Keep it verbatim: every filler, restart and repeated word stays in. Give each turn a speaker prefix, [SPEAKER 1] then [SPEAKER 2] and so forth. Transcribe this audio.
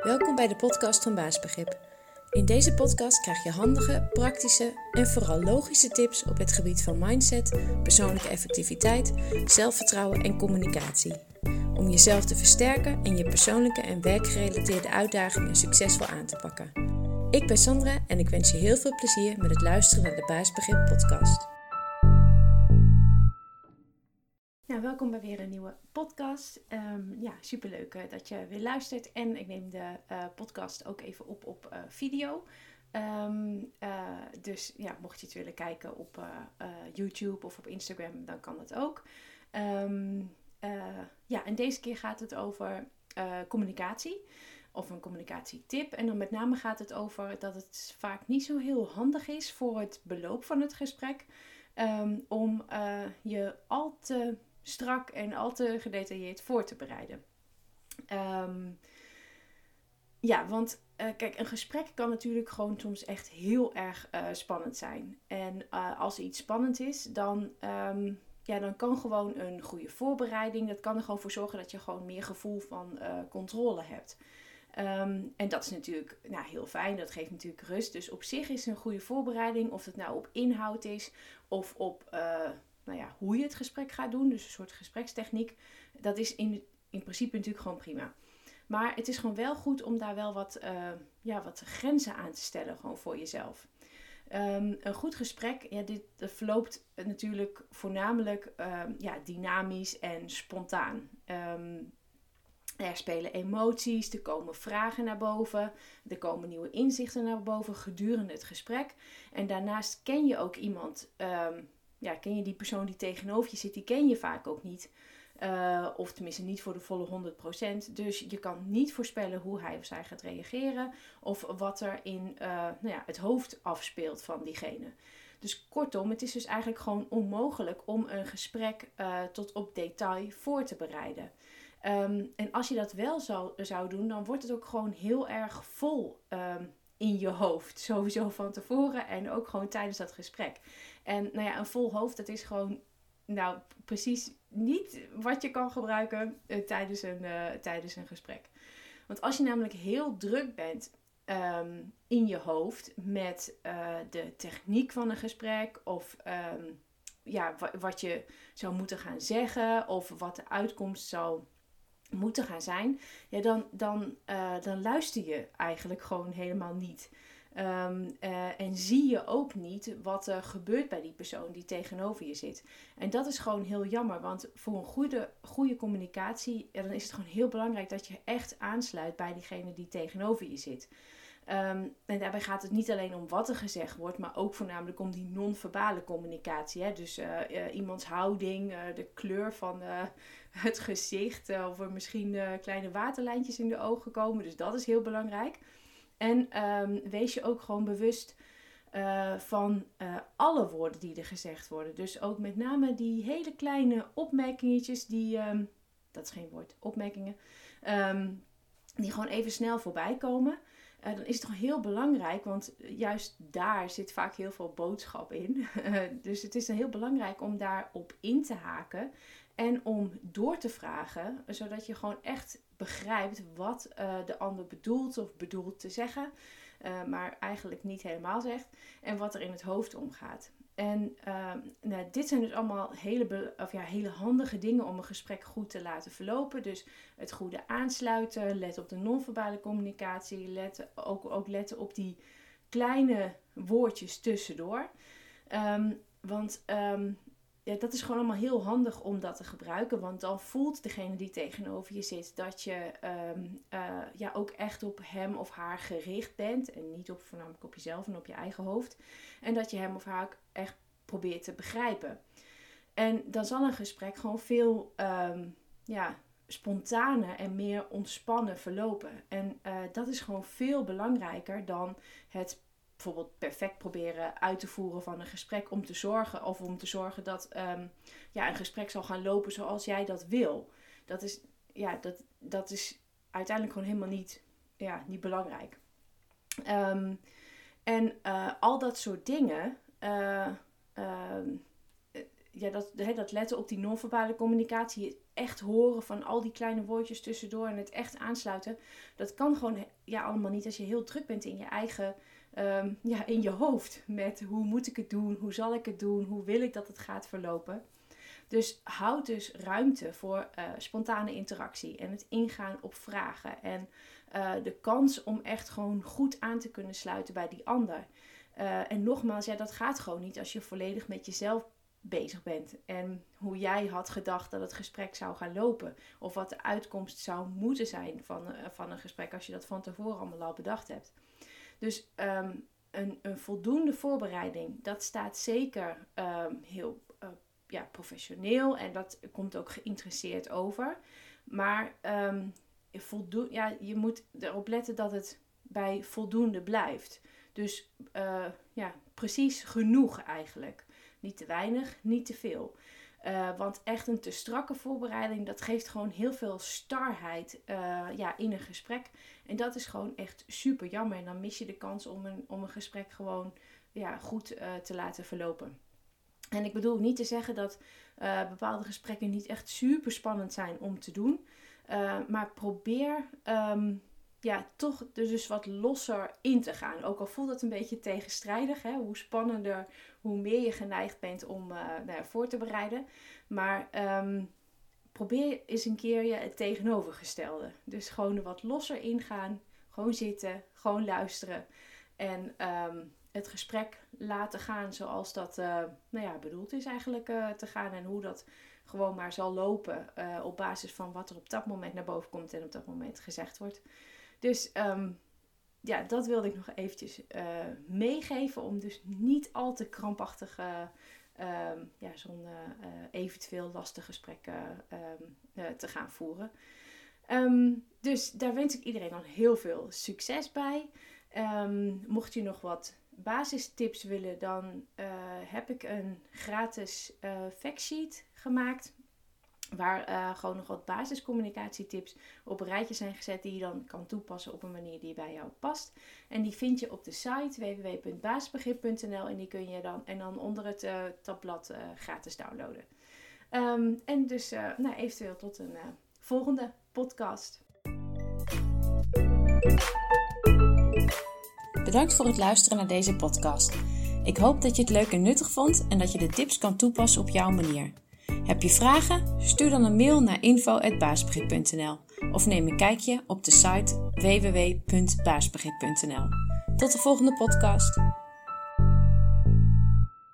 [SPEAKER 1] Welkom bij de podcast van Baasbegrip. In deze podcast krijg je handige, praktische en vooral logische tips op het gebied van mindset, persoonlijke effectiviteit, zelfvertrouwen en communicatie. Om jezelf te versterken en je persoonlijke en werkgerelateerde uitdagingen succesvol aan te pakken. Ik ben Sandra en ik wens je heel veel plezier met het luisteren naar de Baasbegrip podcast. Nou, welkom bij weer een nieuwe podcast. Um, ja, superleuk uh, dat je weer luistert. En ik neem de uh, podcast ook even op op uh, video. Um, uh, dus ja, mocht je het willen kijken op uh, uh, YouTube of op Instagram, dan kan dat ook. Um, uh, ja, en deze keer gaat het over uh, communicatie. Of een communicatietip. En dan met name gaat het over dat het vaak niet zo heel handig is voor het beloop van het gesprek. Um, om uh, je al te strak en al te gedetailleerd voor te bereiden. Um, ja, want uh, kijk, een gesprek kan natuurlijk gewoon soms echt heel erg uh, spannend zijn. En uh, als er iets spannend is, dan, um, ja, dan kan gewoon een goede voorbereiding, dat kan er gewoon voor zorgen dat je gewoon meer gevoel van uh, controle hebt. Um, en dat is natuurlijk nou, heel fijn, dat geeft natuurlijk rust. Dus op zich is een goede voorbereiding, of het nou op inhoud is of op uh, nou ja, hoe je het gesprek gaat doen, dus een soort gesprekstechniek, dat is in, in principe natuurlijk gewoon prima. Maar het is gewoon wel goed om daar wel wat, uh, ja, wat grenzen aan te stellen, gewoon voor jezelf. Um, een goed gesprek, ja, dit dat verloopt natuurlijk voornamelijk uh, ja, dynamisch en spontaan. Um, Er spelen emoties, er komen vragen naar boven, er komen nieuwe inzichten naar boven gedurende het gesprek. En daarnaast ken je ook iemand, um, ja, ken je die persoon die tegenover je zit, die ken je vaak ook niet. Uh, of tenminste niet voor de volle honderd procent. Dus je kan niet voorspellen hoe hij of zij gaat reageren of wat er in uh, nou ja, het hoofd afspeelt van diegene. Dus kortom, het is dus eigenlijk gewoon onmogelijk om een gesprek uh, tot op detail voor te bereiden. Um, en als je dat wel zou, zou doen, dan wordt het ook gewoon heel erg vol um, in je hoofd. Sowieso van tevoren en ook gewoon tijdens dat gesprek. En nou ja, een vol hoofd, dat is gewoon nou precies niet wat je kan gebruiken uh, tijdens, een, uh, tijdens een gesprek. Want als je namelijk heel druk bent um, in je hoofd met uh, de techniek van een gesprek of um, ja, w- wat je zou moeten gaan zeggen of wat de uitkomst zou moeten gaan zijn, ja, dan, dan, uh, dan luister je eigenlijk gewoon helemaal niet. Um, uh, en zie je ook niet wat er gebeurt bij die persoon die tegenover je zit. En dat is gewoon heel jammer, want voor een goede, goede communicatie, ja, dan is het gewoon heel belangrijk dat je echt aansluit bij diegene die tegenover je zit. Um, en daarbij gaat het niet alleen om wat er gezegd wordt, maar ook voornamelijk om die non-verbale communicatie. Hè? Dus uh, uh, iemands houding, uh, de kleur van uh, het gezicht, uh, of er misschien uh, kleine waterlijntjes in de ogen komen. Dus dat is heel belangrijk. En um, wees je ook gewoon bewust uh, van uh, alle woorden die er gezegd worden. Dus ook met name die hele kleine opmerkingetjes die, um, dat is geen woord, opmerkingen, um, die gewoon even snel voorbij komen. Uh, dan is het toch heel belangrijk, want juist daar zit vaak heel veel boodschap in. Uh, dus het is dan heel belangrijk om daarop in te haken en om door te vragen, zodat je gewoon echt begrijpt wat uh, de ander bedoelt of bedoelt te zeggen, uh, maar eigenlijk niet helemaal zegt en wat er in het hoofd omgaat. En uh, nou, dit zijn dus allemaal hele, be- of ja, hele handige dingen om een gesprek goed te laten verlopen. Dus het goede aansluiten, let op de non-verbale communicatie, let, ook, ook letten op die kleine woordjes tussendoor. Um, want um, ja, dat is gewoon allemaal heel handig om dat te gebruiken. Want dan voelt degene die tegenover je zit dat je um, uh, ja, ook echt op hem of haar gericht bent. En niet op, voornamelijk op jezelf en op je eigen hoofd. En dat je hem of haar echt probeert te begrijpen. En dan zal een gesprek gewoon veel um, ja, spontaner en meer ontspannen verlopen. En uh, dat is gewoon veel belangrijker dan het bijvoorbeeld perfect proberen uit te voeren van een gesprek om te zorgen of om te zorgen dat um, ja, een gesprek zal gaan lopen zoals jij dat wil. Dat is, ja, dat, dat is uiteindelijk gewoon helemaal niet, ja, niet belangrijk. Um, en uh, al dat soort dingen, uh, uh, ja, dat, he, dat letten op die non-verbale communicatie, het echt horen van al die kleine woordjes tussendoor en het echt aansluiten, dat kan gewoon ja, allemaal niet als je heel druk bent in je eigen, um, ja, in je hoofd met hoe moet ik het doen, hoe zal ik het doen, hoe wil ik dat het gaat verlopen. Dus houd dus ruimte voor uh, spontane interactie en het ingaan op vragen en uh, de kans om echt gewoon goed aan te kunnen sluiten bij die ander. Uh, en nogmaals, ja, dat gaat gewoon niet als je volledig met jezelf bezig bent. En hoe jij had gedacht dat het gesprek zou gaan lopen. Of wat de uitkomst zou moeten zijn van, uh, van een gesprek als je dat van tevoren allemaal al bedacht hebt. Dus um, een, een voldoende voorbereiding, dat staat zeker um, heel uh, ja, professioneel. En dat komt ook geïnteresseerd over. Maar um, voldo- ja, je moet erop letten dat het bij voldoende blijft. Dus uh, ja, precies genoeg eigenlijk. Niet te weinig, niet te veel. Uh, want echt een te strakke voorbereiding, dat geeft gewoon heel veel starheid uh, ja, in een gesprek. En dat is gewoon echt super jammer. En dan mis je de kans om een, om een gesprek gewoon ja, goed uh, te laten verlopen. En ik bedoel niet te zeggen dat uh, bepaalde gesprekken niet echt super spannend zijn om te doen. Uh, maar probeer... Um, Ja, toch dus wat losser in te gaan. Ook al voelt dat een beetje tegenstrijdig. Hè? Hoe spannender, hoe meer je geneigd bent om uh, nou ja, voor te bereiden. Maar um, probeer eens een keer ja, het tegenovergestelde. Dus gewoon er wat losser ingaan. Gewoon zitten, gewoon luisteren. En um, het gesprek laten gaan zoals dat uh, nou ja, bedoeld is eigenlijk uh, te gaan. En hoe dat gewoon maar zal lopen uh, op basis van wat er op dat moment naar boven komt en op dat moment gezegd wordt. Dus um, ja, dat wilde ik nog eventjes uh, meegeven. Om dus niet al te krampachtig uh, um, ja, zo'n uh, uh, eventueel lastig gesprek uh, um, uh, te gaan voeren. Um, dus daar wens ik iedereen dan heel veel succes bij. Um, mocht je nog wat basistips willen, dan uh, heb ik een gratis uh, factsheet gemaakt. Waar uh, gewoon nog wat basiscommunicatietips op een rijtje zijn gezet die je dan kan toepassen op een manier die bij jou past. En die vind je op de site w w w punt basisbegrip punt n l en die kun je dan, en dan onder het uh, tabblad uh, gratis downloaden. Um, en dus uh, nou, eventueel tot een uh, volgende podcast.
[SPEAKER 2] Bedankt voor het luisteren naar deze podcast. Ik hoop dat je het leuk en nuttig vond en dat je de tips kan toepassen op jouw manier. Heb je vragen? Stuur dan een mail naar info at basisbegrip punt n l of neem een kijkje op de site w w w punt basisbegrip punt n l. Tot de volgende podcast.